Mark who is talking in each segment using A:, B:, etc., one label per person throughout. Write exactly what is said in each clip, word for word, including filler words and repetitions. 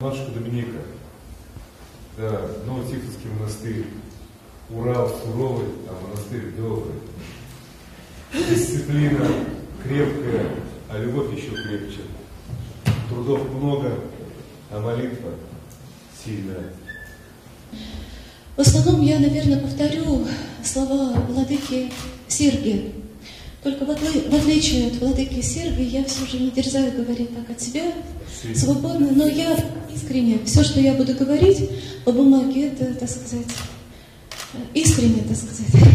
A: Матушка Доминика, да, Новотиховский монастырь, Урал суровый, а монастырь добрый. Дисциплина крепкая, а любовь еще крепче. Трудов много, а молитва сильная.
B: В основном я, наверное, повторю слова владыки Сергия. Только в отличие от владыки Сергия, я все же не дерзаю говорить так от себя, свободно, но я искренне, все, что я буду говорить по бумаге, это, так сказать, искренне, так сказать.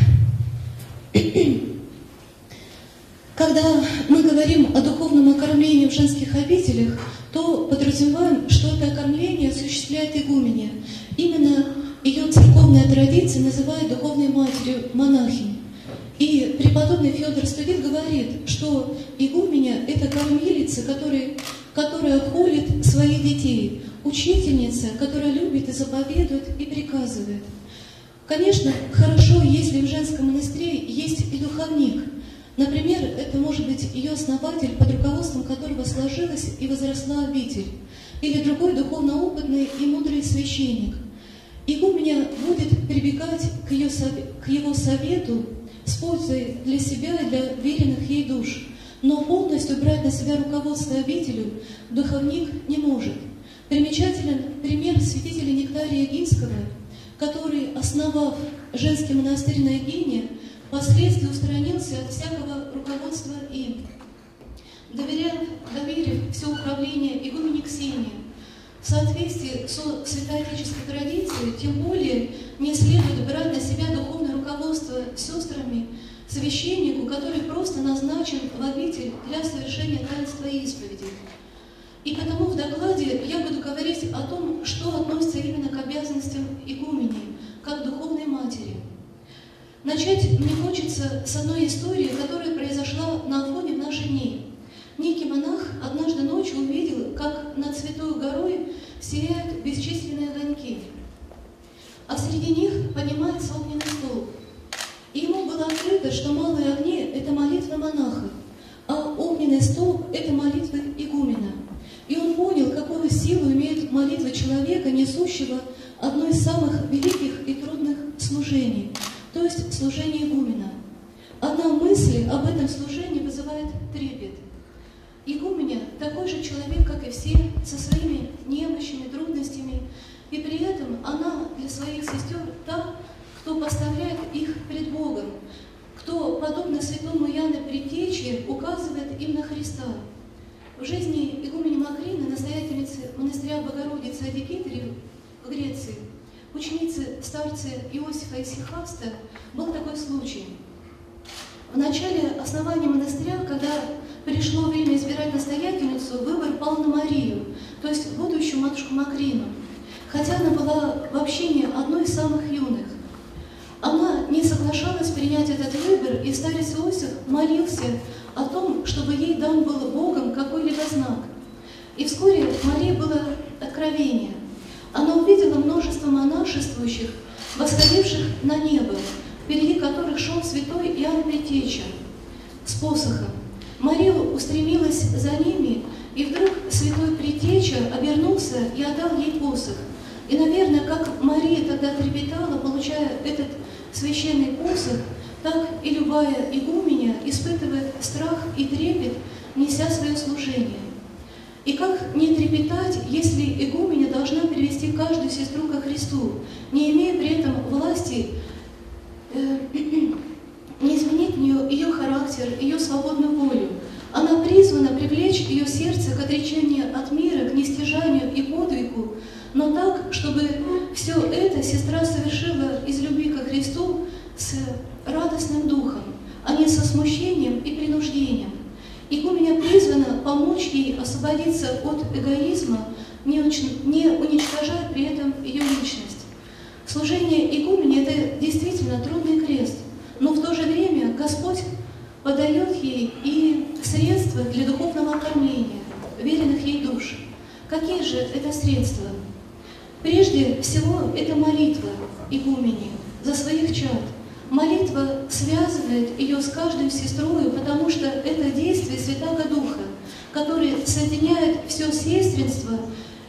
B: Когда мы говорим о духовном окормлении в женских обителях, то подразумеваем, что это окормление осуществляет игуменья. Именно ее церковная традиция называет духовной матерью монахинь. И преподобный Федор Студит говорит, что игуменья – это кормилица, которая, которая холит своих детей, учительница, которая любит и заповедует, и приказывает. Конечно, хорошо, если в женском монастыре есть и духовник. Например, это может быть ее основатель, под руководством которого сложилась и возросла обитель, или другой духовно опытный и мудрый священник. Игуменья будет прибегать к, ее, к его совету с пользой для себя и для веренных ей душ, но полностью брать на себя руководство обителью духовник не может. Примечателен пример святителя Нектария Эгинского, который, основав женский монастырь на Эгине, впоследствии устранился от всякого руководства им, доверяя, доверив все управление игумене Ксении. В соответствии со святоотеческой традицией, тем более не следует брать на себя духовное руководство сестрами священнику, который просто назначен в обитель для совершения таинства исповеди. И потому в докладе я буду говорить о том, что относится именно к обязанностям игумени, как духовной матери. Начать мне хочется с одной истории, которая произошла на Афоне в наши дни. Некий монах однажды ночью увидел, как над Святой горой сияют бесчисленные огоньки, а среди них поднимается огненный столб. И ему было открыто, что малые огни – это молитва монаха, а огненный столб – это молитва игумена. И он понял, какую силу имеет молитва человека, несущего одно из самых великих и трудных служений, то есть служение игумена. Одна мысль об этом служении вызывает трепет. Игуменя такой же человек, как и все, со своими немощами, трудностями, и при этом она для своих сестер та, кто поставляет их пред Богом, кто, подобно святому Иоанну Предтече, указывает им на Христа. В жизни игумени Макрины, настоятельницы монастыря Богородицы Адикитри в Греции, ученицы старца Иосифа Исихаста, был такой случай. В начале основания монастыря, когда пришло время избирать настоятельницу, выбор пал на Марию, то есть будущую матушку Макрину, хотя она была в общине одной из самых юных. Она не соглашалась принять этот выбор, и старец Иосиф молился о том, чтобы ей дан был Богом какой-либо знак. И вскоре в Марии было откровение. Она увидела множество монашествующих, восходивших на небо, впереди которых шел святой Иоанн Предтеча с посохом. Мария устремилась за ними, и вдруг святой Предтеча обернулся и отдал ей посох. И, наверное, как Мария тогда трепетала, получая этот священный посох, так и любая игуменя испытывает страх и трепет, неся свое служение. И как не трепетать, если игуменя должна привести каждую сестру ко Христу, не имея при этом власти э, не изменить в нее ее характер, ее свободную волю. Она призвана привлечь ее сердце к отречению от мира, к нестяжанию и подвигу, но так, чтобы все это сестра совершила из любви ко Христу с радостным духом, а не со смущением и принуждением. Игуменя призвана помочь ей освободиться от эгоизма, не уничтожая при этом ее личность. Служение игумени – это действительно трудный крест, но в то же время Господь подает ей и средства для духовного окормления веренных ей душ. Какие же это средства? Прежде всего, это молитва игумени за своих чад. Молитва связывает ее с каждой сестрой, потому что это действие Святаго Духа, который соединяет все сестринство в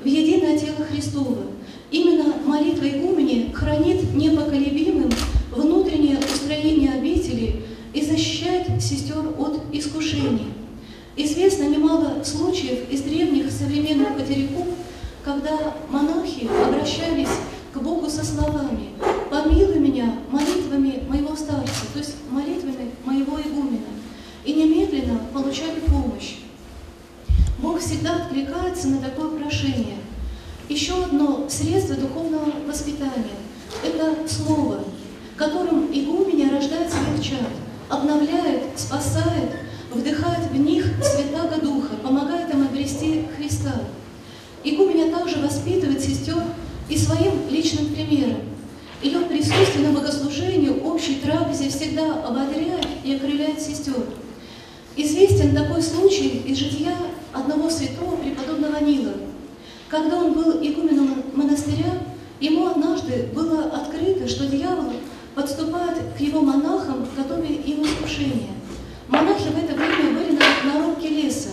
B: единое тело Христово. Именно молитва игумени хранит непоколебимым внутреннее устроение обители и защищает сестер от искушений. Известно немало случаев из древних современных материков, когда монахи обращались к Богу со словами: «Помилуй меня молитвами моего старца», то есть молитвами моего игумена, и немедленно получали помощь. Бог всегда откликается на такое прошение. Еще одно средство духовного воспитания – это слово, которым игуменя рождает своих чад, обновляет, спасает, вдыхает в них Святаго Духа, помогает им обрести Христа. Игуменя также воспитывает сестер и своим личным примером. Ее присутствие на богослужении, общей трапезе всегда ободряет и окрыляет сестер. Известен такой случай из жития одного святого преподобного Нила. Когда он был игуменом монастыря, ему однажды было открыто, что дьявол подступает к его монахам, готовя им искушение. Монахи в это время были на, на рубке леса.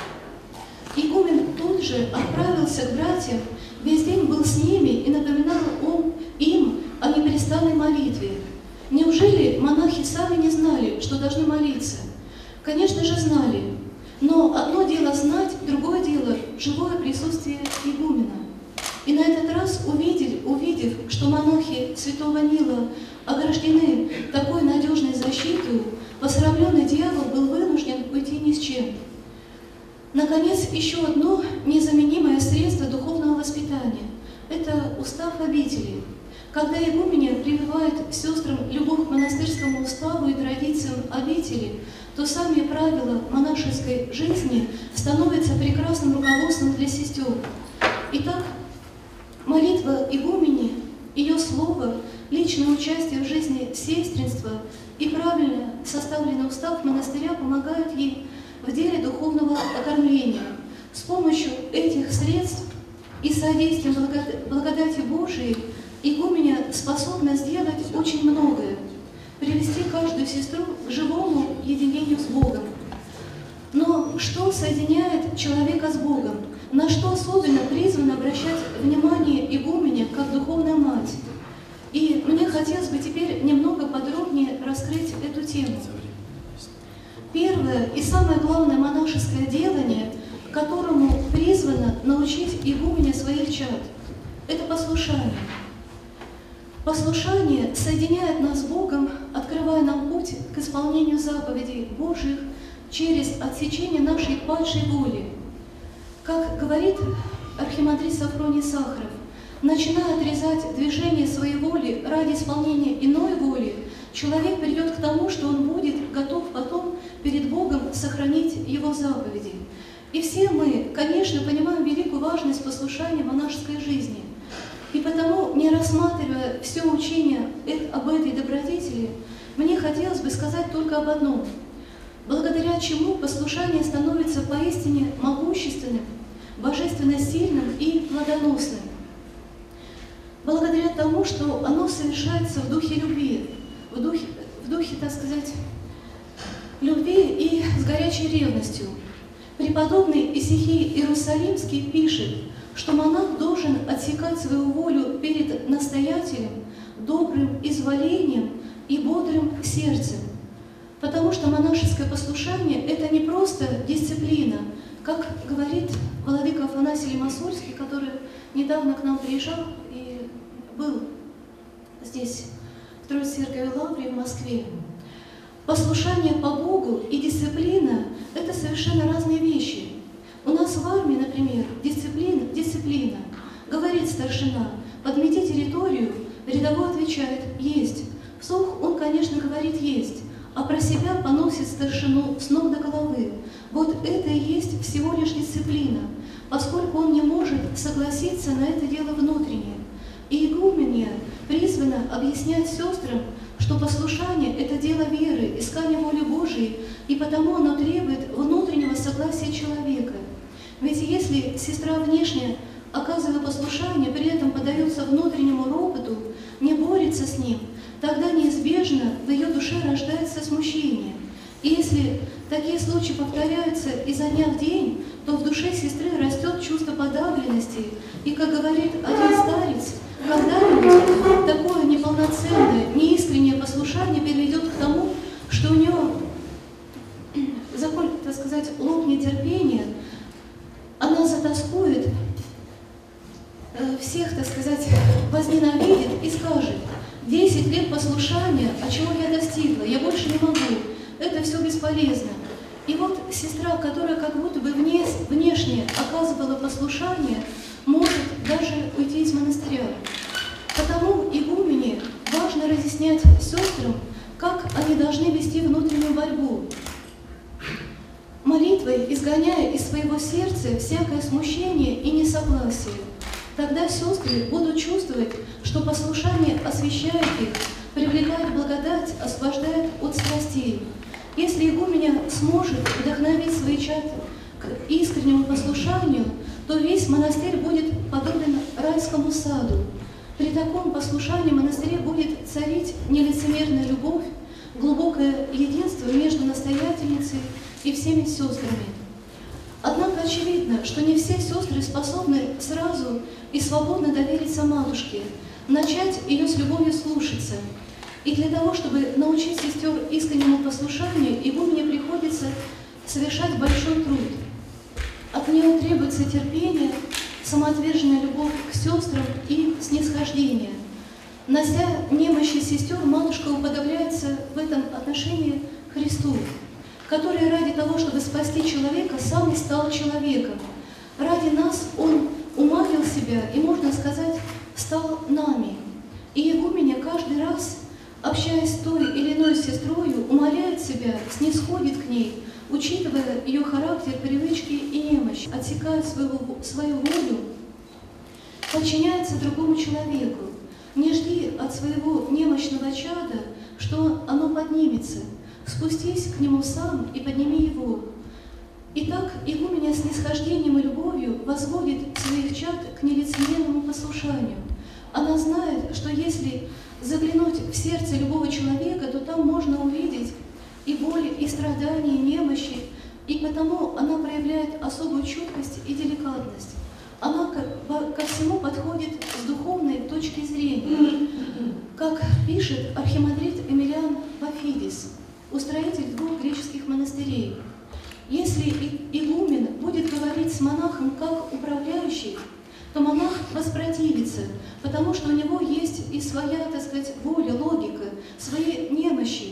B: Игумен тут же отправился к братьям, весь день был с ними и напоминал он им о непрестанной молитве. Неужели монахи сами не знали, что должны молиться? Конечно же знали, но одно дело знать, другое дело живое присутствие игумена. И на этот раз, увидев, увидев, что монахи святого Нила ограждены такой надежной защитой, посрамленный дьявол был вынужден уйти ни с чем. Наконец, еще одно незаменимое средство духовного воспитания – это устав обители. Когда игуменя прививает сестрам любовь к монастырскому уставу и традициям обители, то сами правила монашеской жизни становятся прекрасным руководством для сестер. Итак, молитва игумени, ее слово, личное участие в жизни сестринства и правильно составленный устав монастыря помогают ей в деле духовного окормления. С помощью этих средств и содействием благодати Божией игуменя способна сделать очень многое, привести каждую сестру к живому единению с Богом. Но что соединяет человека с Богом? На что особенно призвано обращать внимание игуменя как духовная мать? И мне хотелось бы теперь немного подробнее раскрыть эту тему. Первое и самое главное монашеское делание, которому призвано научить игуменя своих чад, это послушание. Послушание соединяет нас с Богом, открывая нам путь к исполнению заповедей Божьих через отсечение нашей падшей воли. Как говорит архимандрит Сафроний Сахаров, начиная отрезать движение своей воли ради исполнения иной воли, человек придет к тому, что он будет готов потом перед Богом сохранить Его заповеди. И все мы, конечно, понимаем великую важность послушания в монашеской жизни. И потому, не рассматривая все учение об этой добродетели, мне хотелось бы сказать только об одном, благодаря чему послушание становится поистине могущественным, божественно сильным и плодоносным. Благодаря тому, что оно совершается в духе любви, в духе, в духе, так сказать, любви и с горячей ревностью. Преподобный Исихий Иерусалимский пишет, что монах должен отсекать свою волю перед настоятелем добрым изволением и бодрым сердцем, потому что монашеское послушание – это не просто дисциплина, как говорит владыка Афанасий Лимассольский, который недавно к нам приезжал и был здесь, в Троицкой церкви Лаврии в Москве. Послушание по Богу и дисциплина – это совершенно разные вещи. У нас в армии, например, дисциплина, дисциплина. Говорит старшина, подмети территорию, рядовой отвечает «есть». Вслух он, конечно, говорит «есть», а про себя поносит старшину с ног до головы. Вот это и есть всего лишь дисциплина, поскольку он не может согласиться на это дело внутреннее. И игуменья призвана объяснять сестрам, что послушание – это дело веры, искание воли Божией, и потому оно требует внутреннего согласия человека. Ведь если сестра внешне, оказывая послушание, при этом поддается внутреннему ропоту, не борется с ним, тогда неизбежно в ее душе рождается смущение. И если такие случаи повторяются изо дня в день, то в душе сестры растет чувство подавленности, и, как говорит один старец, когда-нибудь такое неполноценное, неискреннее послушание приведет к тому, что у нее, так сказать, лопнет терпение, она затаскует, всех, так сказать, возненавидит и скажет: десять лет послушания, а чего я достигла, я больше не могу, это все бесполезно. И вот сестра, которая как будто бы вне, внешне оказывала послушание, может даже уйти из монастыря. Потому игумене важно разъяснять сестрам, как они должны вести внутреннюю борьбу, молитвой изгоняя из своего сердца всякое смущение и несогласие. Тогда сестры будут чувствовать, что послушание освящает их, привлекает благодать, освобождает от страстей. Если игуменя сможет вдохновить свои чады к искреннему послушанию, то весь монастырь будет подобен райскому саду. При таком послушании в монастыре будет царить нелицемерная любовь, глубокое единство между настоятельницей и всеми сестрами. Однако очевидно, что не все сестры способны сразу и свободно довериться матушке, начать ее с любовью слушаться. И для того, чтобы научить сестер искреннему послушанию, игумене приходится совершать большой труд. От нее требуется терпение, самоотверженная любовь к сестрам и снисхождение. Нося немощи сестер, матушка уподобляется в этом отношении Христу, который ради того, чтобы спасти человека, сам и стал человеком. Ради нас Он умалил себя и, можно сказать, стал нами. И игуменя каждый раз, общаясь с той или иной сестрою, умаляет себя, снисходит к ней, учитывая ее характер, привычки и немощь, отсекает свою, свою волю, подчиняется другому человеку. Не жди от своего немощного чада, что оно поднимется. Спустись к нему сам и подними его. Итак, игуменя с снисхождением и любовью возводит своих чад к нелицемерному послушанию. Она знает, что если заглянуть в сердце любого человека, то там можно увидеть и боль, и страдания, и немощи, и потому она проявляет особую чуткость и деликатность. Она ко всему подходит с духовной точки зрения. Как пишет архимандрит Эмилиан Пафидис, устроитель двух греческих монастырей: если игумен будет говорить с монахом как управляющий, то монах воспротивится, потому что у него есть и своя, так сказать, воля, логика, свои немощи.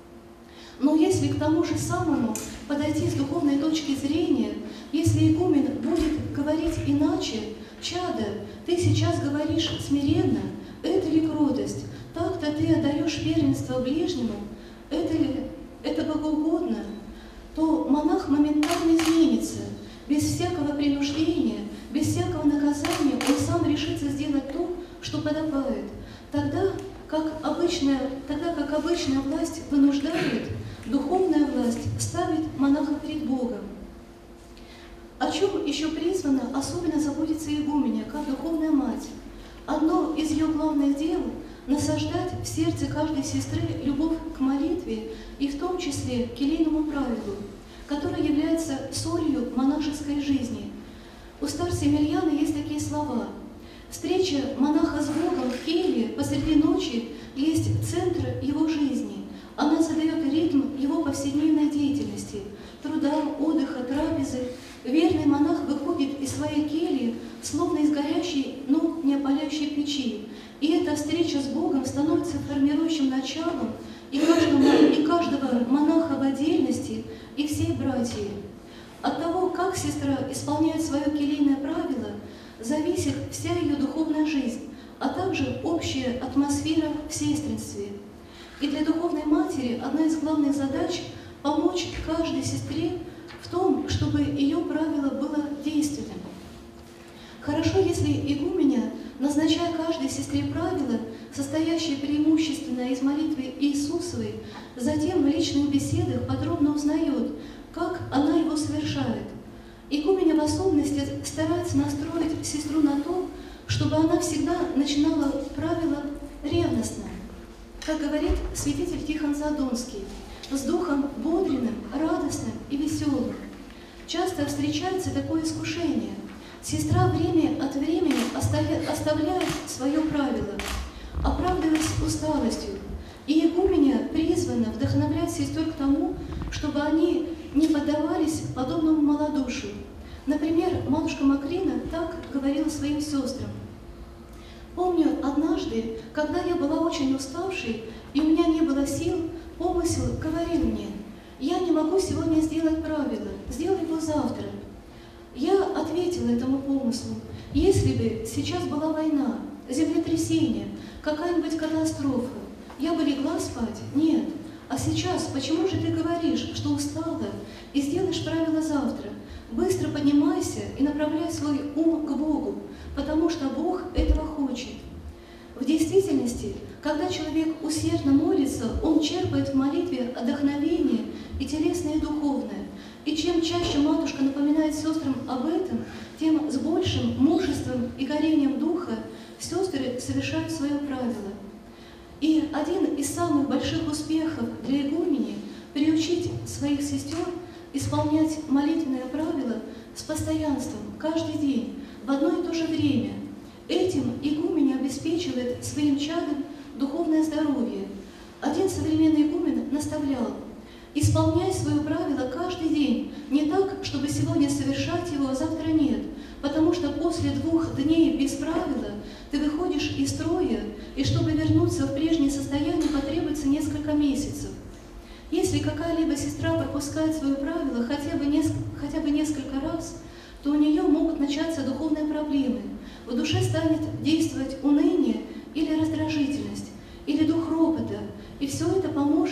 B: Но если к тому же самому подойти с духовной точки зрения, если игумен будет говорить иначе: «Чадо, ты сейчас говоришь смиренно, это ли кротость? Так-то ты отдаешь первенство ближнему, это ли это богоугодно?» то монах моментально изменится, без всякого принуждения, без всякого наказания он сам решится сделать то, что подобает. Тогда как обычная, тогда как обычная власть вынуждает, духовная власть ставит монаха перед Богом. О чем еще призвана особенно заботиться игуменя, как духовная мать? Одно из ее главных дел – насаждать в сердце каждой сестры любовь к молитве и в том числе к келейному правилу, которое является солью монашеской жизни. У старца Емельяна есть такие слова: «Встреча монаха с Богом в келье посреди ночи есть центр его жизни. Она задает ритм его повседневной деятельности, труда, отдыха, трапезы. Верный монах выходит из своей кельи, словно из горящей, но не опаляющей печи. И эта встреча с Богом становится формирующим началом и каждого, и каждого монаха в отдельности, и всей братьи. От того, как сестра исполняет свое келейное правило, зависит вся ее духовная жизнь, а также общая атмосфера в сестринстве. И для духовной матери одна из главных задач – помочь каждой сестре в том, чтобы ее правило было действенным. Хорошо, если игуменя, назначая каждой сестре правила, состоящие преимущественно из молитвы Иисусовой, затем в личных беседах подробно узнает, как она его совершает. Игуменя в особенности старается настроить сестру на то, чтобы она всегда начинала правила ревностно. Как говорит святитель Тихон Задонский, с духом бодренным, радостным и веселым. часто встречается такое искушение. Сестра время от времени оставляет свое правило, оправдываясь усталостью, и игуменья призвана вдохновлять сестер к тому, чтобы они не поддавались подобному малодушию. Например, матушка Макрина так говорила своим сестрам: «Помню, однажды, когда я была очень уставшей, и у меня не было сил, помысел говорил мне: я не могу сегодня сделать правило, сделай его завтра». Я ответила этому помыслу: если бы сейчас была война, землетрясение, какая-нибудь катастрофа, я бы легла спать? Нет. А сейчас почему же ты говоришь, что устала, и сделаешь правила завтра? Быстро поднимайся и направляй свой ум к Богу, потому что Бог этого хочет. В действительности, когда человек усердно молится, он черпает в молитве вдохновение и телесное, и духовное. И чем чаще матушка напоминает сестрам об этом, тем с большим мужеством и горением духа сестры совершают свое правило. И один из самых больших успехов для игумени – приучить своих сестер исполнять молитвенное правило с постоянством каждый день, в одно и то же время. Этим игуменя обеспечивает своим чадам духовное здоровье. Один современный игумен наставлял: исполняй свое правило каждый день, не так, чтобы сегодня совершать его, а завтра нет, потому что после двух дней без правила ты выходишь из строя, и чтобы вернуться в прежнее состояние, потребуется несколько месяцев. Если какая-либо сестра пропускает свое правило хотя бы, неск... хотя бы несколько раз, то у нее могут начаться духовные проблемы. В душе станет действовать уныние или раздражительность, или дух ропота, и все это поможет,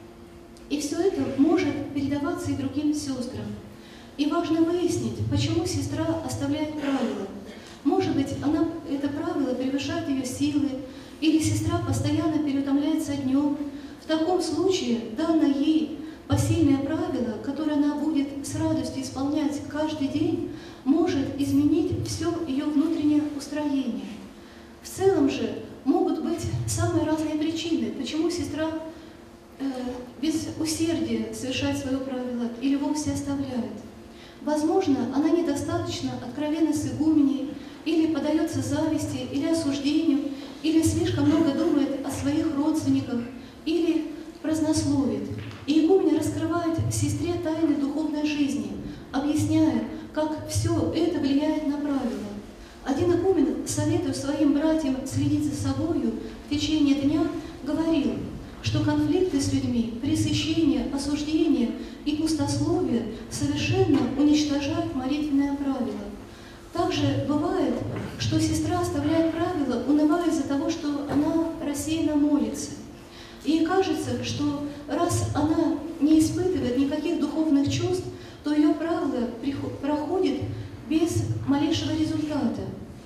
B: и все это может передаваться и другим сестрам. И важно выяснить, почему сестра оставляет правила. Может быть, она, это правило превышает ее силы, или сестра постоянно переутомляется днем. В таком случае данное ей посильное правило, которое она будет с радостью исполнять каждый день, может изменить все ее внутреннее устроение. В целом же могут быть самые разные причины, почему сестра э, без усердия совершает свое правило или вовсе оставляет. Возможно, она недостаточно откровенна с игуменей, или поддается зависти, или осуждению, или слишком много думает о своих родственниках, или празднословит. И игуменя раскрывает сестре тайны духовной жизни, объясняя, как все это влияет на правила. Один игумен, советуя своим братьям следить за собою в течение дня, говорил, что конфликты с людьми, пресыщение, осуждение и пустословие совершенно уничтожают молитвенное правило. Также бывает, что сестра оставляет правила, унывая из-за того, что она рассеянно молится. Ей кажется, что раз она не испытывает никаких духовных чувств, то ее правило проходит без малейшего результата.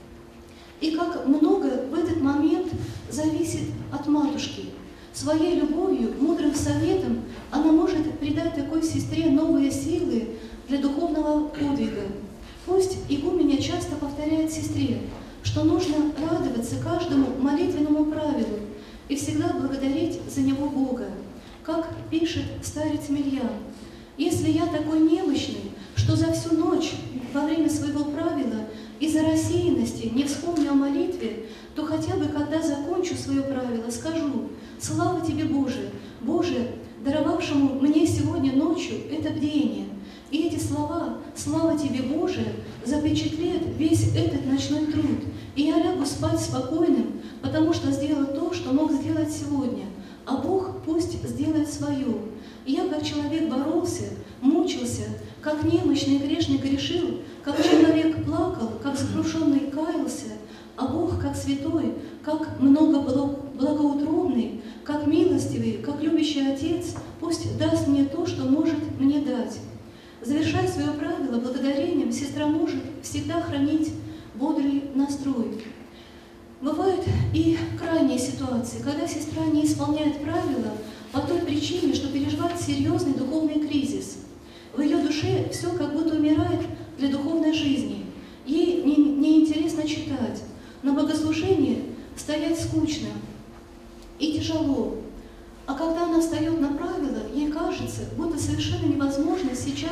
B: И как много в этот момент зависит от матушки. Своей любовью, мудрым советом она может придать такой сестре новые силы для духовного подвига. Пусть игуменя часто повторяет сестре, что нужно радоваться каждому молитвенному правилу и всегда благодарить за него Бога. Как пишет старец Мильян: «Если я такой немощный, что за всю ночь во время своего правила из-за рассеянности не вспомню о молитве, то хотя бы, когда закончу свое правило, скажу: слава тебе, Боже, Боже, даровавшему мне сегодня ночью это бдение». И эти слова «слава тебе, Боже» запечатлеют весь этот ночной труд. И я лягу спать спокойным, потому что сделал то, что мог сделать сегодня. А Бог пусть сделает свое. И я, как человек, боролся, мучился, как немощный грешник грешил, как человек плакал, как сокрушенный каялся, а Бог, как святой, как много благоутробный, как милостивый, как любящий Отец, пусть даст мне то, что может мне дать. Завершая свое правило благодарением, сестра может всегда хранить бодрый настрой. Бывают и крайние ситуации, когда сестра не исполняет правила по той причине, что переживает серьезный духовный кризис. В ее душе все как будто умирает для духовной жизни. Ей неинтересно не читать, на богослужении стоять скучно и тяжело. А когда она встает на правила, ей кажется, будто совершенно невозможно сейчас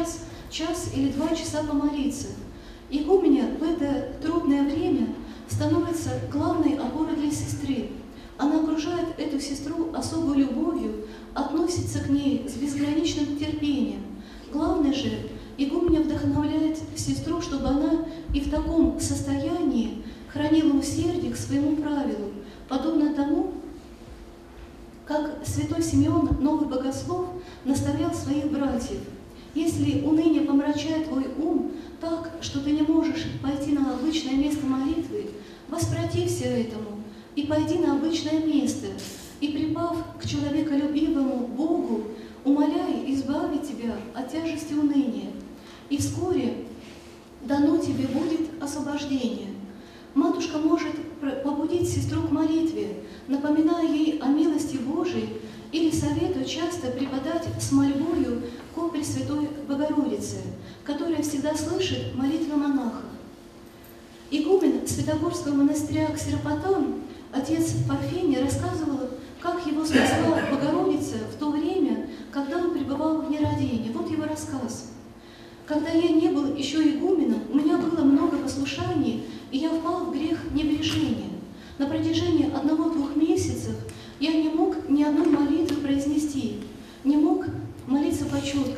B: час или два часа помолиться. Игуменя в это трудное время становится главной опорой для сестры. Она окружает эту сестру особой любовью, относится к ней с безграничным терпением. Главное же, игуменя вдохновляет сестру, чтобы она и в таком состоянии хранила усердие к своему правилу, подобно тому, как святой Симеон, новый богослов, наставлял своих братьев. Если уныние помрачает твой ум так, что ты не можешь пойти на обычное место молитвы, воспротився этому и пойди на обычное место, и, припав к человеколюбивому Богу, умоляй избавить тебя от тяжести уныния, и вскоре дано тебе будет освобождение. Матушка может побудить сестру к молитве, напоминая ей о милости Божией, или советую часто преподать с мольбою ко Пресвятой Богородице, которая всегда слышит молитвы монахов. Игумен Святогорского монастыря Ксеропотам, отец Парфений, рассказывал, как его спасла Богородица в то время, когда он пребывал в нерадении. Вот его рассказ. «Когда я не был еще игуменом, у меня было много послушаний, и я впал в грех небрежения. На протяжении одного-двух месяцев я не мог ни одной молитвы произнести, не мог молиться почетко.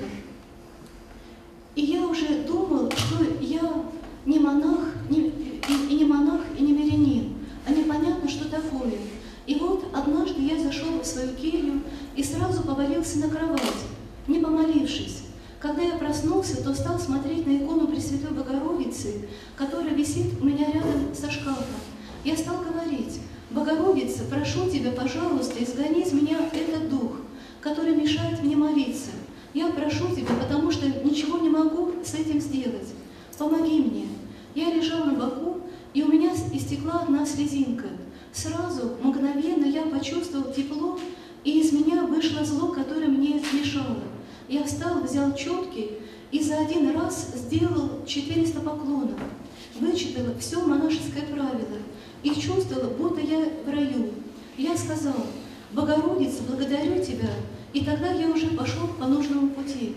B: И я уже думал, что я не монах, не, и, и не монах, и не мирянин, а непонятно, что такое. И вот однажды я зашел в свою келью и сразу повалился на кровать, не помолившись. Когда я проснулся, то стал смотреть на икону Пресвятой Богородицы, которая висит у меня рядом со шкафом. Я стал говорить: «Богородица, прошу тебя, пожалуйста, изгони из меня этот дух, который мешает мне молиться. Я прошу тебя, потому что ничего не могу с этим сделать. Помоги мне». Я лежал на боку, и у меня истекла одна слезинка. Сразу, мгновенно я почувствовал тепло, и из меня вышло зло, которое мне мешало. Я встал, взял четки и за один раз сделал четыреста поклонов, вычитал все монашеское правило и чувствовал, будто я в раю. Я сказал: «Богородица, благодарю тебя», и тогда я уже пошел по нужному пути.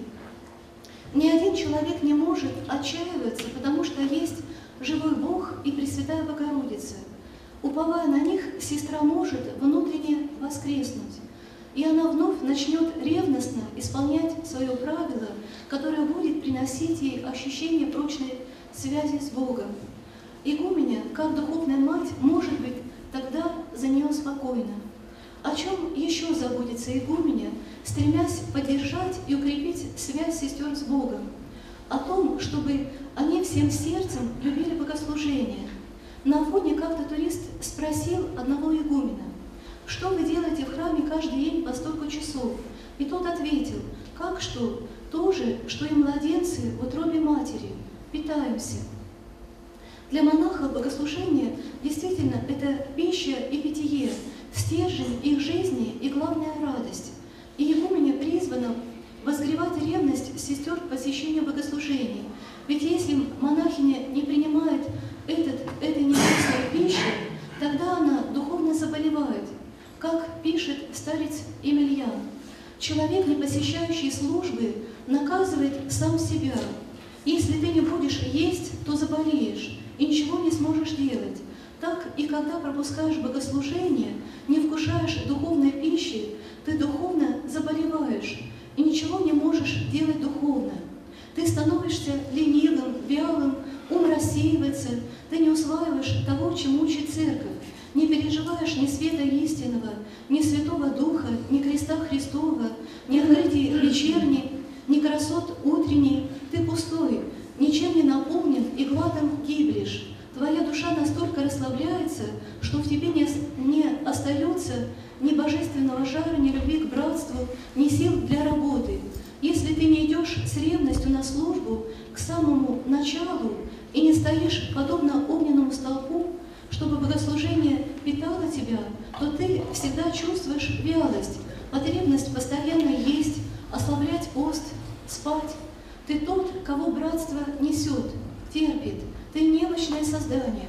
B: Ни один человек не может отчаиваться, потому что есть живой Бог и Пресвятая Богородица. Уповая на них, сестра может внутренне воскреснуть, и она вновь начнет ревностно исполнять свое правило, которое будет приносить ей ощущение прочной связи с Богом. Игуменя, как духовная мать, может быть тогда за нее спокойна. О чем еще заботится игуменя, стремясь поддержать и укрепить связь сестер с Богом? О том, чтобы они всем сердцем любили богослужение. На Афоне как-то турист спросил одного игумена: «Что вы делаете в храме каждый день по столько часов?» И тот ответил: «Как что? То же, что и младенцы в утробе матери. Питаемся». Для монахов богослужение действительно это пища и питье, стержень их жизни и главная радость. И игуменя призвана возгревать ревность сестер к посещению богослужений. Ведь если монахиня не принимает этот, этой невкусной пищи, тогда она духовно заболевает. Как пишет старец Емельян: «Человек, не посещающий службы, наказывает сам себя. Если ты не будешь есть, то заболеешь и ничего не сможешь делать. Так и когда пропускаешь богослужение, не вкушаешь духовной пищи, ты духовно заболеваешь и ничего не можешь делать духовно. Ты становишься ленивым, вялым, ум рассеивается, ты не усваиваешь того, чему учит Церковь, не переживаешь ни света истинного, ни Святого Духа, ни креста Христова, ни открытий вечерней, ни красот утренней. Ты пустой, ничем не наполнен и гладом гиблешь. Твоя душа настолько расслабляется, что в тебе не, не остается ни божественного жара, ни любви к братству, ни сил для работы. Если ты не идешь с ревностью на службу к самому началу и не стоишь подобно огненному столпу, чтобы богослужение питало тебя, то ты всегда чувствуешь вялость, потребность постоянно есть, ослаблять пост, спать. Ты тот, кого братство несет, терпит, ты немощное создание.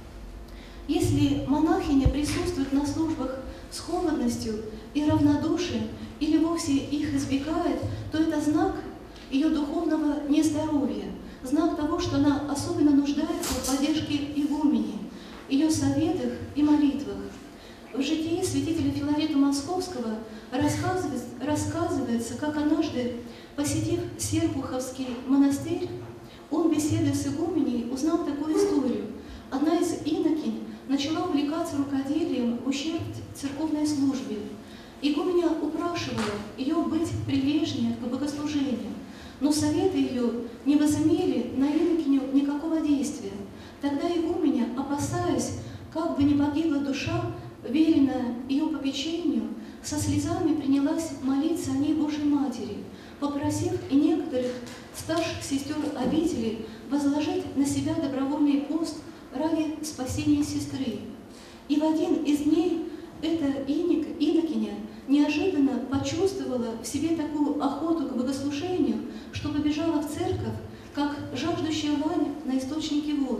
B: Если монахиня присутствует на службах с холодностью и равнодушием или вовсе их избегает, то это знак ее духовного нездоровья, знак того, что она особенно нуждается в поддержке игумени, ее советах и молитвах. В житии святителя Филарета Московского рассказывается, рассказывается, как однажды, посетив Серпуховский монастырь, он, беседуя с игуменей, узнал такую историю. Одна из инокинь начала увлекаться рукоделием в ущерб церковной службе. Игуменя упрашивала ее быть прилежнее к богослужению, но советы ее не возымели на инокиню никакого действия. Тогда игуменя, опасаясь, как бы не погибла душа, веренная ее попечению, со слезами принялась молиться о ней Божьей Матери, попросив и некоторых старших сестер обители возложить на себя добровольный пост ради спасения сестры. И в один из дней эта иник, инокиня неожиданно почувствовала в себе такую охоту к богослужению, что побежала в церковь, как жаждущая лань на источнике вод.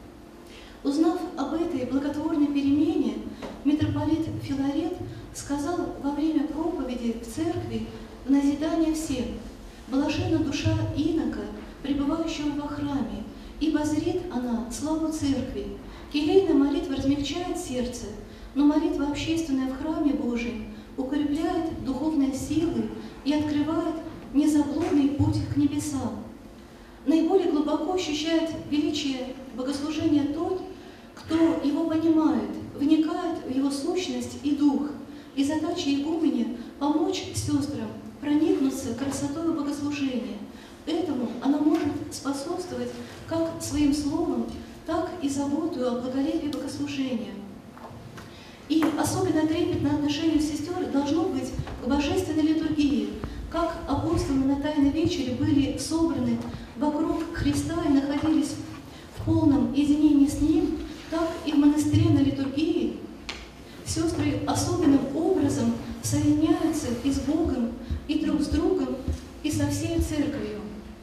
B: Узнав об этой благотворной перемене, митрополит Филарет сказал во время проповеди в церкви в назидание всем: «Блаженна душа инока, пребывающего во храме, ибо зрит она славу церкви. Келейная молитва размягчает сердце, но молитва общественная в храме Божьем укрепляет духовные силы и открывает незаблудный путь к небесам». Наиболее глубоко ощущает величие богослужения тот, кто его понимает, вникает в его сущность и дух. И задача игумени – помочь сестрам проникнуться красотой богослужения. Этому она может способствовать как своим словом, так и заботой о благолепии богослужения. И особенно трепетное отношение сестер должно быть к божественной литургии. Как апостолы на Тайной вечере были собраны вокруг Христа и находились в полном единении с Ним, так и в монастыре на литургии сестры особенным образом соединяются и с Богом, и друг с другом, и со всей церковью.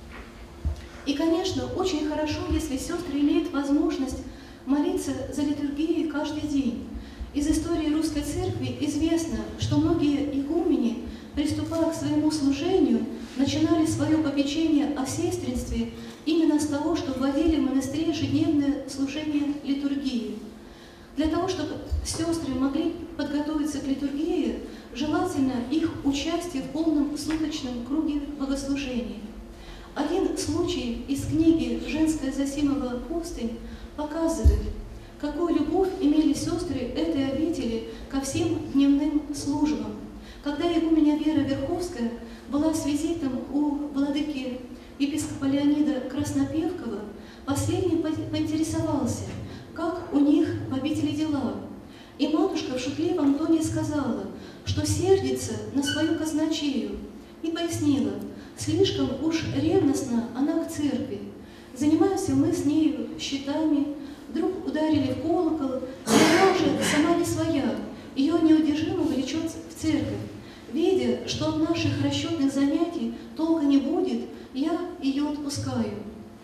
B: И, конечно, очень хорошо, если сестры имеют возможность молиться за литургией каждый день. Из истории русской церкви известно, что многие игумени, приступая к своему служению, начинали свое попечение о сестринстве именно с того, что вводили в монастыре ежедневное служение литургии. Для того, чтобы сестры могли подготовиться к литургии, желательно их участие в полном суточном круге богослужения. Один случай из книги «Женская Зосимова пустынь» показывает, какую любовь имели сестры этой обители ко всем дневным службам. Когда игуменя Вера Верховская была с визитом у владыки епископа Леонида Краснопевкова, последний поинтересовался, как у них в обители дела. И матушка в шутливом тоне сказала, что сердится на свою казначею, и пояснила, слишком уж ревностна она к церкви. Занимаемся мы с нею счетами, вдруг ударили в колокол, и она уже сама не своя, ее неудержимо влечет в церковь. Видя, что от наших расчетных занятий толка не будет, я ее отпускаю.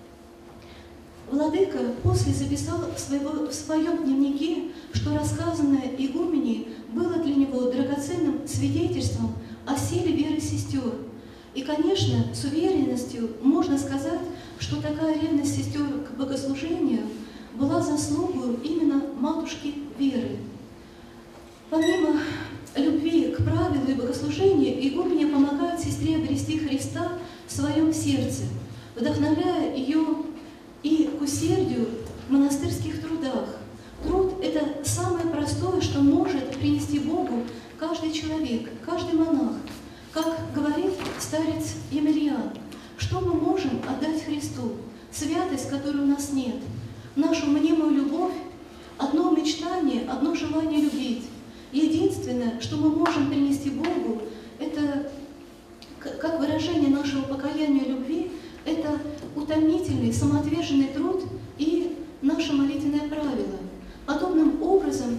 B: Владыка после записал в, своего, в своем дневнике, что рассказанное игуменей было для него драгоценным свидетельством о силе веры сестер. И, конечно, с уверенностью можно сказать, что такая ревность сестер к богослужению была заслугой именно матушки Веры. Помимо любви к правилу и богослужению, игуменья помогает сестре обрести Христа в своем сердце, вдохновляя ее и к усердию в монастырских трудах. Труд – это самое простое, что может принести Богу каждый человек, каждый монах. Как говорит старец Емельян, что мы можем отдать Христу? Святость, которой у нас нет. Нашу мнимую любовь, одно мечтание, одно желание любить. Единственное, что мы можем принести Богу, это, как выражение нашего покаяния любви, это утомительный, самоотверженный труд и наше молитвенное правило. Подобным образом,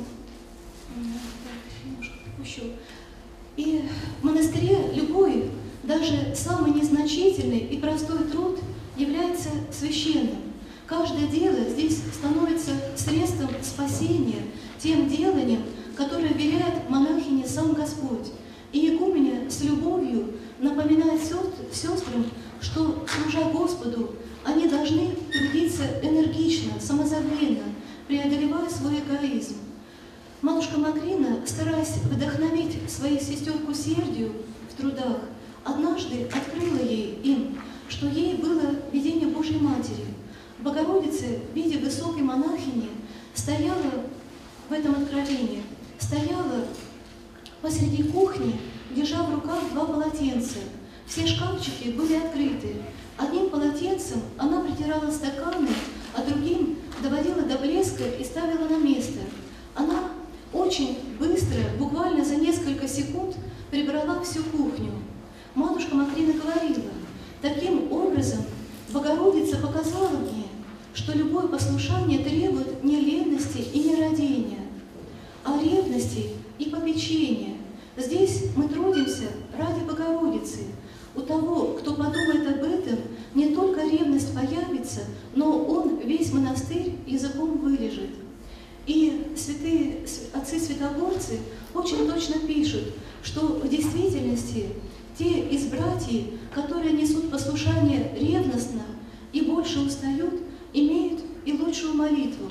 B: и в монастыре любой, даже самый незначительный и простой труд является священным. Каждое дело здесь становится средством спасения, тем деланием, которое веряет монахине сам Господь. И игуменя с любовью напоминает сестрам, что, служа Господу, они должны трудиться энергично, самозабвенно, преодолевая свой эгоизм. Матушка Макрина, стараясь вдохновить свою сестер к усердию в трудах, однажды открыла ей им, что ей было видение Божьей Матери. Богородица в виде высокой монахини стояла в этом откровении, стояла посреди кухни, держа в руках два полотенца. Все шкафчики были открыты. Одним полотенцем она протирала стаканы, а другим доводила до блеска и ставила на место. Она очень быстро, буквально за несколько секунд, прибрала всю кухню. Матушка Макрина говорила: таким образом Богородица показала мне, что любое послушание требует не ревности и не родения, а ревности и попечения. Здесь мы трудимся ради Богородицы. У того, кто подумает об этом, не только ревность появится, но он весь монастырь языком вылежит. И святые отцы святогорцы очень точно пишут, что в действительности те из братьев, которые несут послушание ревностно и больше устают, имеют и лучшую молитву.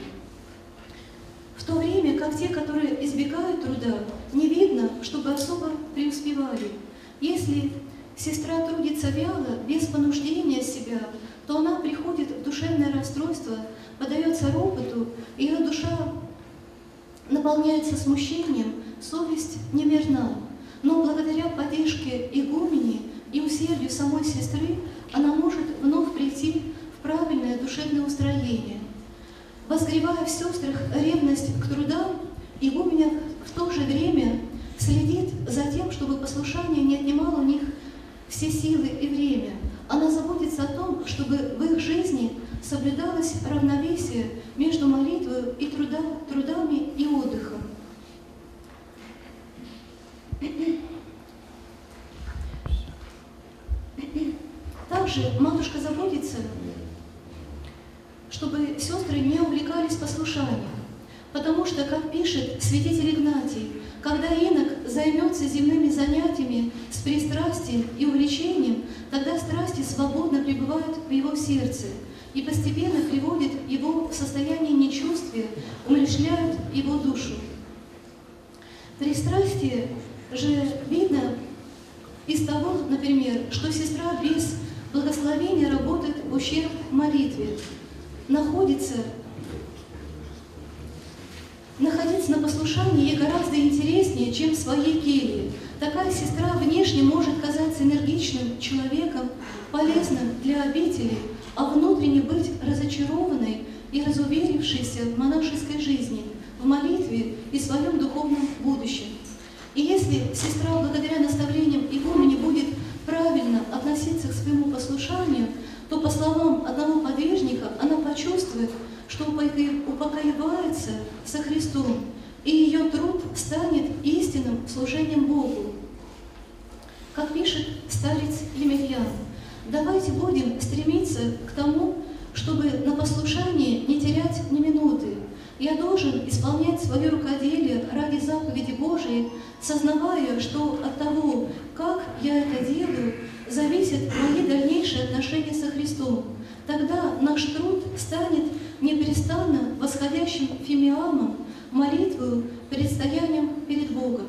B: В то время как те, которые избегают труда, не видно, чтобы особо преуспевали. Если сестра трудится вяло, без понуждения себя, то она приходит в душевное расстройство, подается ропоту, ее душа наполняется смущением, совесть неверна. Но благодаря поддержке игумени и усердию самой сестры она может вновь прийти в правильное душевное устроение. Возгревая в сестрах ревность к трудам, игуменя в то же время следит за тем, чтобы послушание не отнимало у них все силы и время. Она заботится о том, чтобы в их жизни соблюдалось равновесие между молитвой и труда, трудами и отдыхом. Также матушка заботится, чтобы сестры не увлекались послушанием, потому что, как пишет святитель Игнатий, когда инок займется земными занятиями с пристрастием и увлечением, тогда страсти свободно пребывают в его сердце и постепенно приводят его в состояние нечувствия, умерщвляют его душу. Пристрастие же видно из того, например, что сестра без благословения работает в ущерб молитве, находится Находиться на послушании ей гораздо интереснее, чем в своей келье. Такая сестра внешне может казаться энергичным человеком, полезным для обители, а внутренне быть разочарованной и разуверившейся в монашеской жизни, в молитве и в своем духовном будущем. И если сестра благодаря наставлениям игумени будет правильно относиться к своему послушанию, то, по словам одного подвижника, она почувствует, что упокоивается со Христом, и ее труд станет истинным служением Богу. Как пишет старец Емельян, давайте будем стремиться к тому, чтобы на послушании не терять ни минуты. Я должен исполнять свое рукоделие ради заповеди Божией, сознавая, что от того, как я это делаю, зависят мои дальнейшие отношения со Христом. Тогда наш труд станет непрестанно восходящим фимиамом, молитвою, предстоянием перед Богом.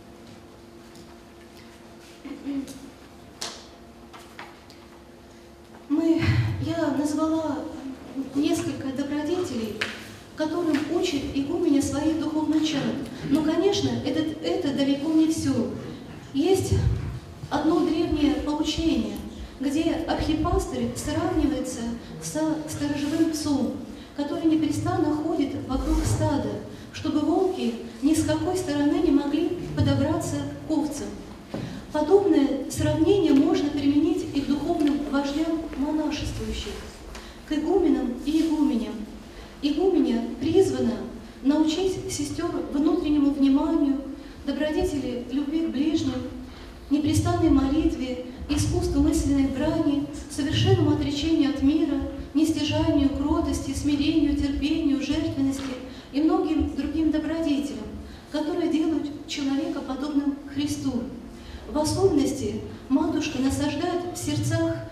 B: Мы, я назвала несколько добродетелей, которым учит игуменя своих духовных чад. Но, конечно, это, это далеко не все. Есть одно древнее поучение, где архипастырь сравнивается со сторожевым псом, который непрестанно ходит вокруг стада, чтобы волки ни с какой стороны не могли подобраться к овцам. Подобное сравнение можно применить и к духовным вождям монашествующих, к игуменам и игуменям. Игуменя призвана научить сестер внутреннему вниманию, добродетели любви к ближним, непрестанной молитве, искусству мысленной брани, совершенному отречению от мира, нестяжанию, кротости, смирению, терпению, жертвенности и многим другим добродетелям, которые делают человека подобным Христу. В особенности матушка насаждает в сердцах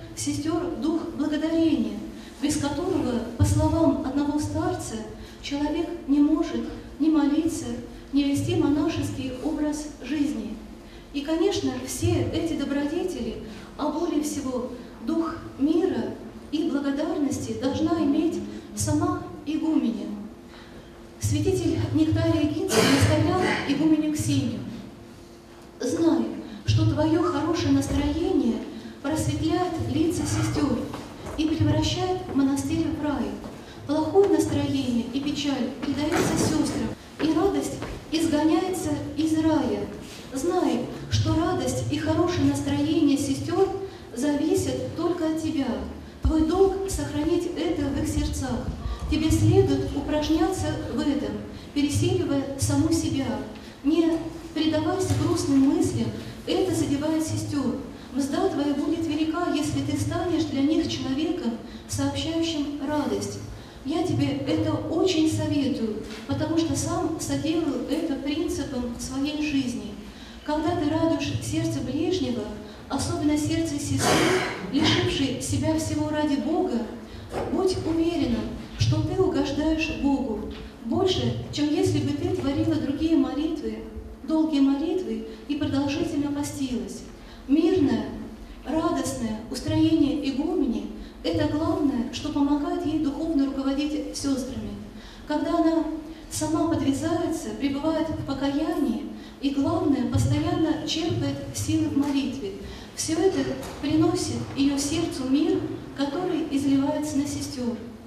B: сестер дух благодарения, без которого, по словам одного старца, человек не может ни молиться, ни вести монашеский образ жизни. И, конечно, все эти добродетели, а более всего дух мира и благодарности должна иметь сама игуменя. Святитель Нектарий Егинский наставлял игуменю Ксению: «Знай, что твое хорошее настроение просветляет лица сестер и превращает монастырь в рай. Плохое настроение и печаль передается сестрам, и радость изгоняется из рая. Знай, что радость и хорошее настроение сестер зависят только от тебя. Твой долг — сохранить это в их сердцах. Тебе следует упражняться в этом, пересиливая саму себя. Не предавайся грустным мыслям, это задевает сестер. Мзда твоя будет велика, если ты станешь для них человеком, сообщающим радость. Я тебе это очень советую, потому что сам соделал это принципом своей жизни. Когда ты радуешь сердце ближнего, особенно сердце сестры, лишившей себя всего ради Бога, будь уверенным, что ты угождаешь Богу больше, чем если бы ты творила другие молитвы, долгие молитвы и продолжительно постилась. Мирное, радостное устроение игумени – это главное, что помогает ей духовно руководить сестрами. Когда она сама подвязается, пребывает в покаянии, и, главное, постоянно черпает силы в молитве. Все это приносит ее сердцу мир, который изливается на сестер.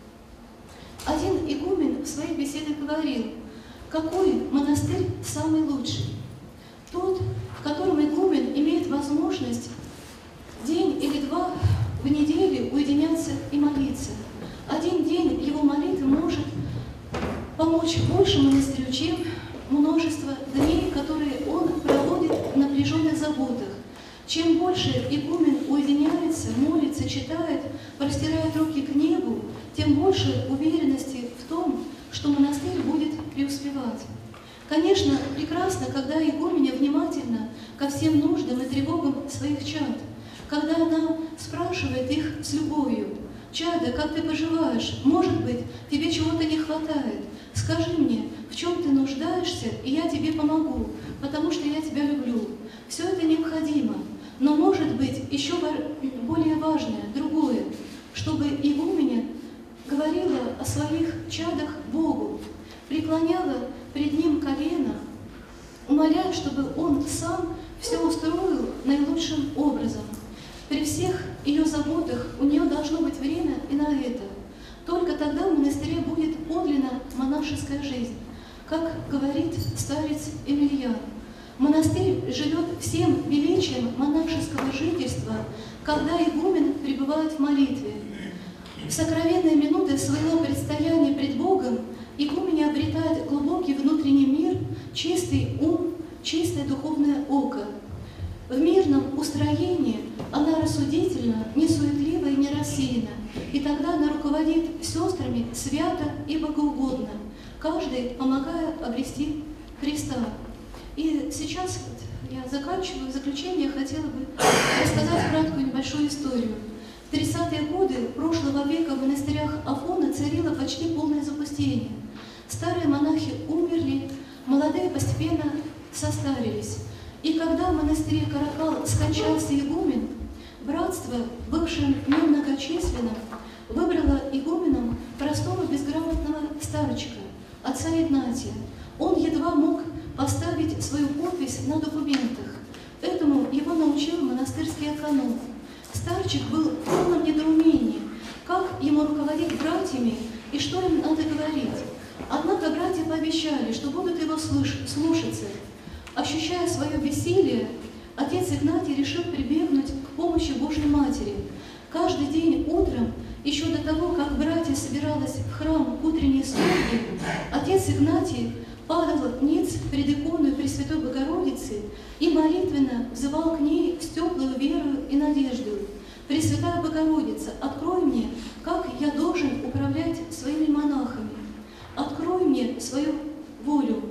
B: Один игумен в своей беседе говорил: какой монастырь самый лучший? Тот, в котором игумен имеет возможность день или два в неделю уединяться и молиться. Один день его молитвы может помочь больше монастырю, чем множество дней, которые он проводит в напряженных заботах. Чем больше игумен уединяется, молится, читает, простирает руки к небу, тем больше уверенности в том, что монастырь будет преуспевать. Конечно, прекрасно, когда игуменя внимательна ко всем нуждам и тревогам своих чад, когда она спрашивает их с любовью: «Чадо, как ты поживаешь? Может быть, тебе чего-то не хватает? Скажи мне, в чем ты нуждаешься, и я тебе помогу, потому что я тебя люблю». Все это необходимо, но может быть еще более важное, другое, чтобы игуменя говорила о своих чадах Богу, преклоняла пред Ним колено, умоляя, чтобы Он сам все устроил наилучшим образом. При всех ее заботах у нее должно быть время и на это. Только тогда в монастыре будет подлинна монашеская жизнь. Как говорит старец Емельян, монастырь живет всем величием монашеского жительства, когда игумен пребывает в молитве. В сокровенные минуты своего предстояния пред Богом игуменя обретает глубокий внутренний мир, чистый ум, чистое духовное око. В мирном устроении она рассудительна, не суетлива и не рассеяна, и тогда она руководит сестрами свято и богоугодно, каждый помогая обрести Христа. И сейчас вот я заканчиваю, в заключение хотела бы рассказать краткую небольшую историю. В тридцатые годы прошлого века в монастырях Афона царило почти полное запустение. Старые монахи умерли, молодые постепенно состарились. И когда в монастыре Каракал скончался игумен, братство, бывшее немногочисленным, выбрало игуменом простого безграмотного старчика, отца Игнатия. Он едва мог поставить свою подпись на документах. Этому его научил монастырский эконом. Старчик был в полном недоумении, как ему руководить братьями и что им надо говорить. Однако братья пообещали, что будут его слушаться. Ощущая свое бессилие, отец Игнатий решил прибегнуть к помощи Божьей Матери. Каждый день утром, еще до того, как братья собирались в храм к утренней службе, отец Игнатий падал ниц пред иконой Пресвятой Богородицы и молитвенно взывал к ней с теплой верою и надеждой: «Пресвятая Богородица, открой мне, как я должен управлять своими монахами. Открой мне свою волю.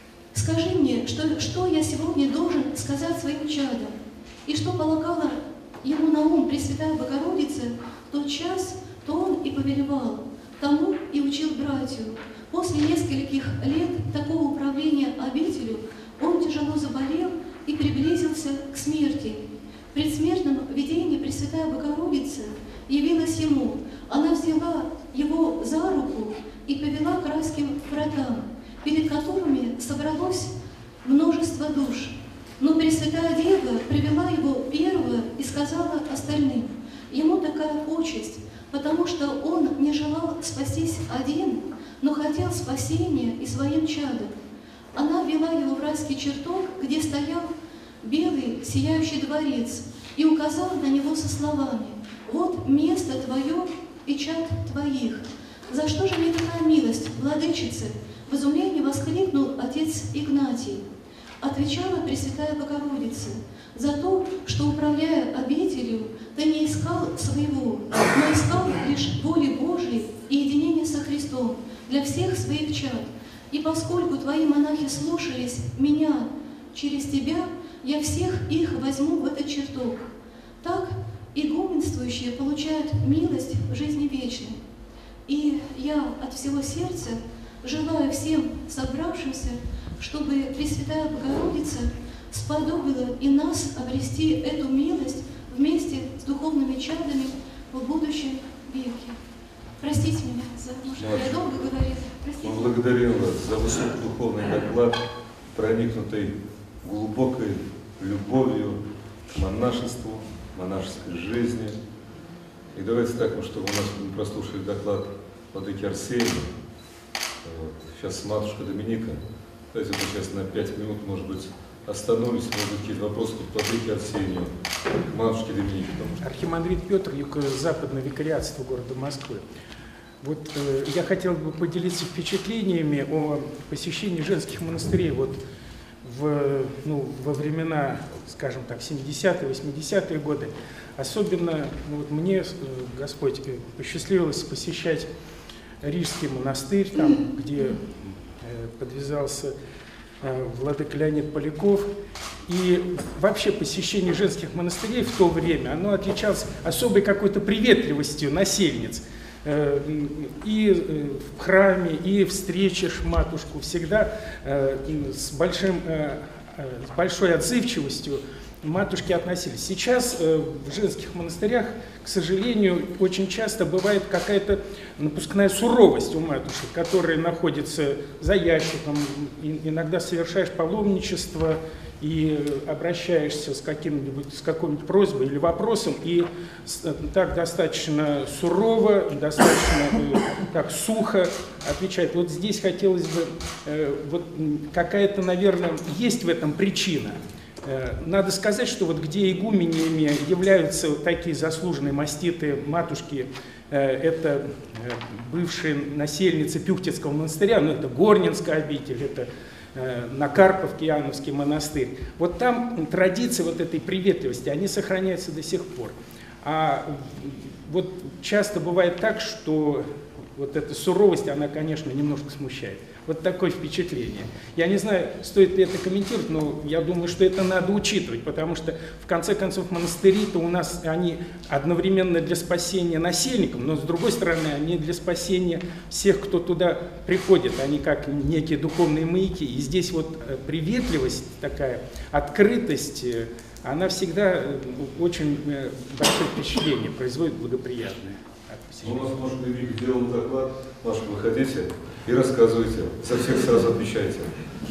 B: Скажи мне, что, что я сегодня должен сказать своим чадам, и что полагало ему на ум Пресвятая Богородица, в тот час, то он и повелевал, тому и учил братью. После нескольких лет такого управления обителью он тяжело заболел и приблизился к смерти. В предсмертном видении Пресвятая Богородица явилась ему. Она взяла его за руку и повела к райским вратам, перед которыми собралось множество душ. Но Пресвятая Дева привела его первого и сказала остальным: ему такая почесть, потому что он не желал спастись один, но хотел спасения и своим чадом. Она вела его в райский чертог, где стоял белый сияющий дворец, и указала на него со словами: «Вот место твое и чад твоих». «За что же мне такая милость, владычица?» — в изумлении воскликнул отец Игнатий. Отвечала Пресвятая Богородица: «За то, что, управляя обителью, ты не искал своего, но искал лишь воли Божией и единения со Христом для всех своих чад. И поскольку твои монахи слушались меня через тебя, я всех их возьму в этот чертог». Так игуменствующие получают милость в жизни вечной. И я от всего сердца желаю всем собравшимся, чтобы Пресвятая Богородица сподобила и нас обрести эту милость вместе с духовными чадами в будущем веке. Простите меня за то, что я долго говорила. Простите.
A: Мы благодарим вас за высокий духовный доклад, проникнутый глубокой любовью к монашеству, монашеской жизни. И давайте так, чтобы у нас мы прослушали доклад владыки Арсения. Вот. Сейчас матушка Доминика. Давайте мы сейчас на пять минут, может быть, остановимся, может быть, какие-то вопросы к владыке Арсению, к матушке Доминике.
C: Архимандрит Петр, юго-западное викариатство города Москвы. Вот э, я хотел бы поделиться впечатлениями о посещении женских монастырей вот в, ну, во времена, скажем так, семидесятые, восьмидесятые годы. Особенно ну, вот мне, Господь, посчастливилось посещать Рижский монастырь, там, где э, подвязался э, владыка Леонид Поляков. И вообще посещение женских монастырей в то время, оно отличалось особой какой-то приветливостью насельниц. Э, и э, в храме, и встречаешь матушку всегда э, с, большим, э, э, с большой отзывчивостью матушки относились. Сейчас э, в женских монастырях, к сожалению, очень часто бывает какая-то напускная суровость у матушек, которые находятся за ящиком, и, иногда совершаешь паломничество и обращаешься с, каким-нибудь, с какой-нибудь просьбой или вопросом, и с, так достаточно сурово, достаточно э, так сухо отвечает. Вот здесь хотелось бы, э, вот какая-то, наверное, есть в этом причина. Надо сказать, что вот где игуменями являются такие заслуженные маститые матушки, это бывшие насельницы Пюхтицкого монастыря, ну это Горнинская обитель, это на Карповке Иоанновский монастырь. Вот там традиции вот этой приветливости, они сохраняются до сих пор. А вот часто бывает так, что вот эта суровость, она, конечно, немножко смущает. Вот такое впечатление. Я не знаю, стоит ли это комментировать, но я думаю, что это надо учитывать, потому что, в конце концов, монастыри-то у нас, они одновременно для спасения насельникам, но, с другой стороны, они для спасения всех, кто туда приходит. Они как некие духовные маяки. И здесь вот приветливость такая, открытость, она всегда очень большое впечатление производит, благоприятное.
A: У нас, может быть, Вик сделал доклад. Маша, выходите и рассказывайте. За всех сразу отвечайте.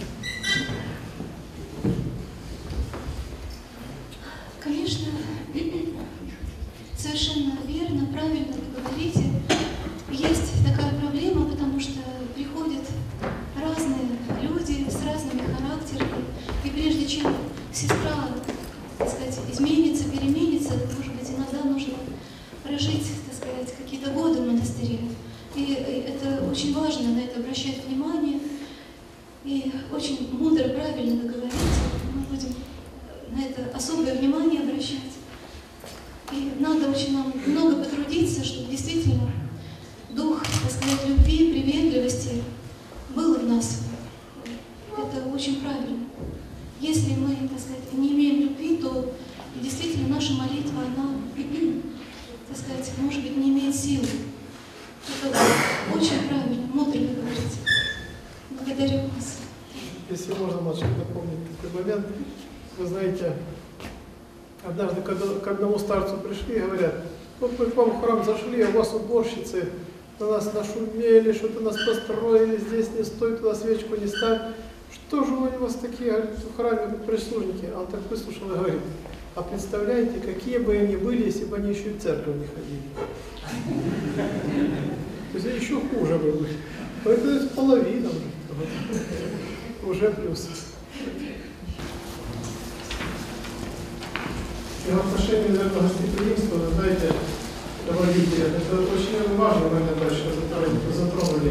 B: Конечно, совершенно верно, правильно вы говорите. Есть такая проблема, потому что приходят разные люди с разными характерами. И прежде чем сестра, так сказать, изменится, переменится, может быть, иногда нужно прожить, так сказать, какие-то годы в монастыре. И это очень важно на это обращать внимание. И очень мудро, правильно вы говорите. Мы будем на это особое внимание обращать. И надо очень нам много потрудиться, чтобы действительно дух, так сказать, любви, приветливости был в нас. Это очень правильно. Если мы, так сказать, не имеем любви, то И действительно, наша молитва, она, так сказать, может быть, не имеет силы. Это очень правильно, мудро вы говорите. Благодарю вас.
D: Если можно, матушка, напомнить такой момент. Вы знаете, однажды, когда к одному старцу пришли и говорят: вот мы к вам в храм зашли, а у вас уборщицы на нас нашумели, что-то нас построили, здесь не стоит, туда свечку не ставь. Что же у вас такие, говорит, в храме прислужники? А он так выслушал и говорит: а представляете, какие бы они были, если бы они еще и в церковь не ходили? То есть еще хуже бы были. Поэтому это половина уже плюс. И в отношении этого гостеприимства, вы знаете, водителя, это очень важный момент, дальше затронули.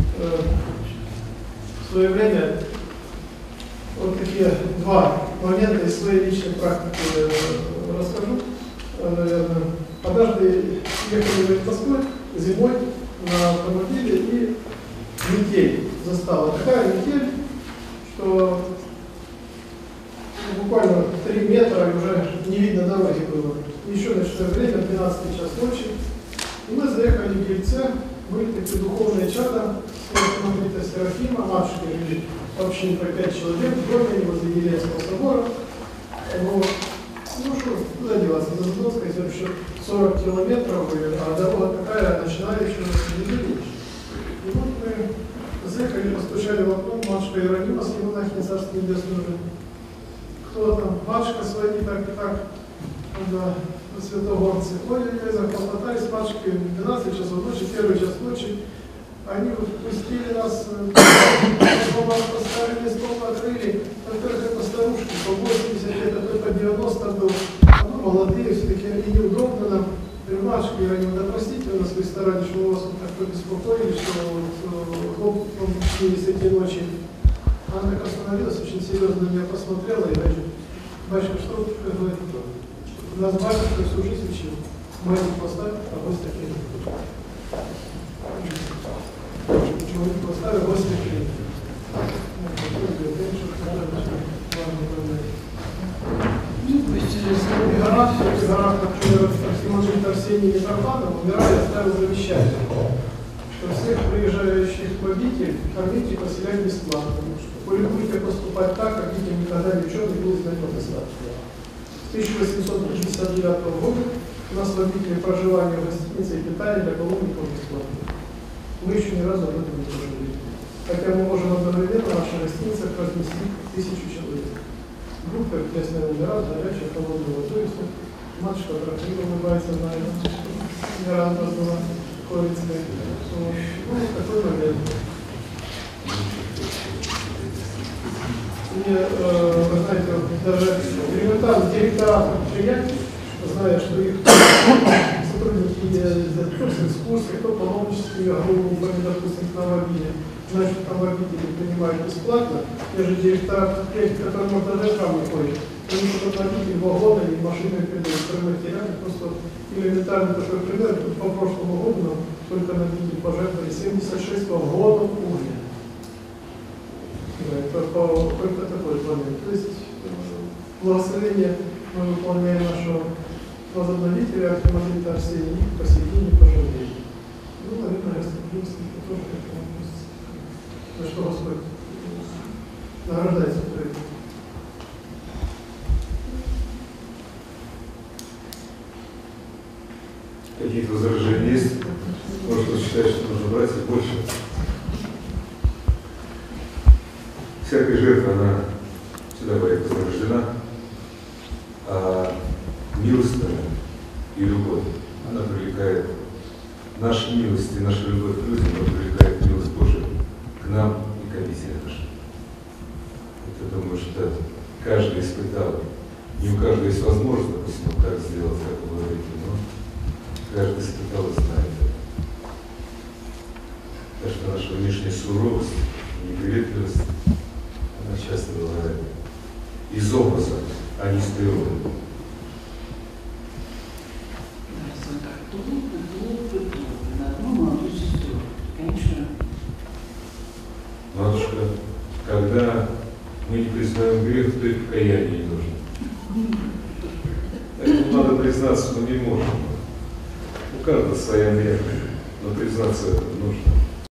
D: В свое время вот такие два момента из своей личной практики расскажу, наверное. Однажды ехали в Москву зимой на автомобиле, и метель застала. Такая метель, что буквально три метра и уже не видно дороги было. Еще ночное время, двенадцатый час ночи. И мы заехали в Ельце, были такие духовные чата, Святого Серафима, матушки жили вообще по пять человек, в доме возле Елецкого собора. Вот. Ну что, куда деваться, за Задонской, еще сорок километров, а дорога такая, ночная еще не видишь. И вот мы заехали, постучали в окно, матушка Иеронима, с его нахрен царство небесное уже. Кто там, матушка свои, так и так, да, святогорцы. Ой-ой-ой, захлопотались матушкой в двенадцать часов ночи, первый час ночи. Они вот пустили нас, стол поставили, стол накрыли. Во-первых, это старушки, по восемьдесят лет, а то по девяносто был. А мы молодые, все-таки и неудобно нам. Говорю: матушка Иеронима, да простите у нас в ресторане, что мы вас вот так побеспокоили, что хлоп пустили с эти ночи. Она так остановилась, очень серьезно на меня посмотрела и говорит: батюшка, что вы говорите? Нас батюшка всю жизнь учил. Мальчик поставь, а гостя клеит. Почему не поставил, гостя клеит. В горах, в горах, например, Архимандрит Арсений Митрофанов, умирая, оставил завещание, что всех приезжающих в обитель кормить и поселять бесплатно. Вы будете поступать так, как видите, никогда ни в чем не будет знать потестат. С тысяча восемьсот шестьдесят девятого года у нас в обители проживание в гостинице и питание для паломников бесплатно. Мы еще ни разу об этом не прожили. Хотя мы можем одновременно в нашей гостинице разместить тысячу человек. Группа крестная умирает, горячая, холодная водой. Матушка Трофима улыбается, знаю. Не раз была Ковицкая. Ну, такой момент. И, э, вы знаете, даже элементарно директора предприятий, зная, что их сотрудники ездят кто с экскурсией, кто паломническими группами, допустим, к Новобиле, значит, Новобители принимают бесплатно. Те же директора предприятий, которые, может, даже в храм не ходят, потому что Новобители вагоны и машины передают, которые материалы. Просто элементарный такой пример. По прошлому году нам только на виде пожертвовали семьдесят шесть вагонов угля. Это только такой момент. То есть благословение мы выполняем нашего возобновителя Архимандрита Арсения и по сей день не пожалеем. Ну, наверное, гостеприимство тоже к этому относится. За что Господь награждается проектом.
A: Какие-то возражения есть? Может, кто считает, что нужно брать и больше? Всякая жертва, она всегда бывает вознаграждена, а милостная и любовь, она привлекает наша милость и наша любовь к людям, она привлекает милость Божию к нам и к обители нашей. Я думаю, что каждый испытал, не у каждого есть возможность, допустим, вот так сделать, как вы говорите, но каждый испытал и знает это. Так что наша внешняя суровость, неприветливость, она часто бывает из образа, а не из природы. Матушка, когда мы не признаем грех, то и покаяние не нужно. признаться мы не можем. У каждого своя мера, но признаться это нужно.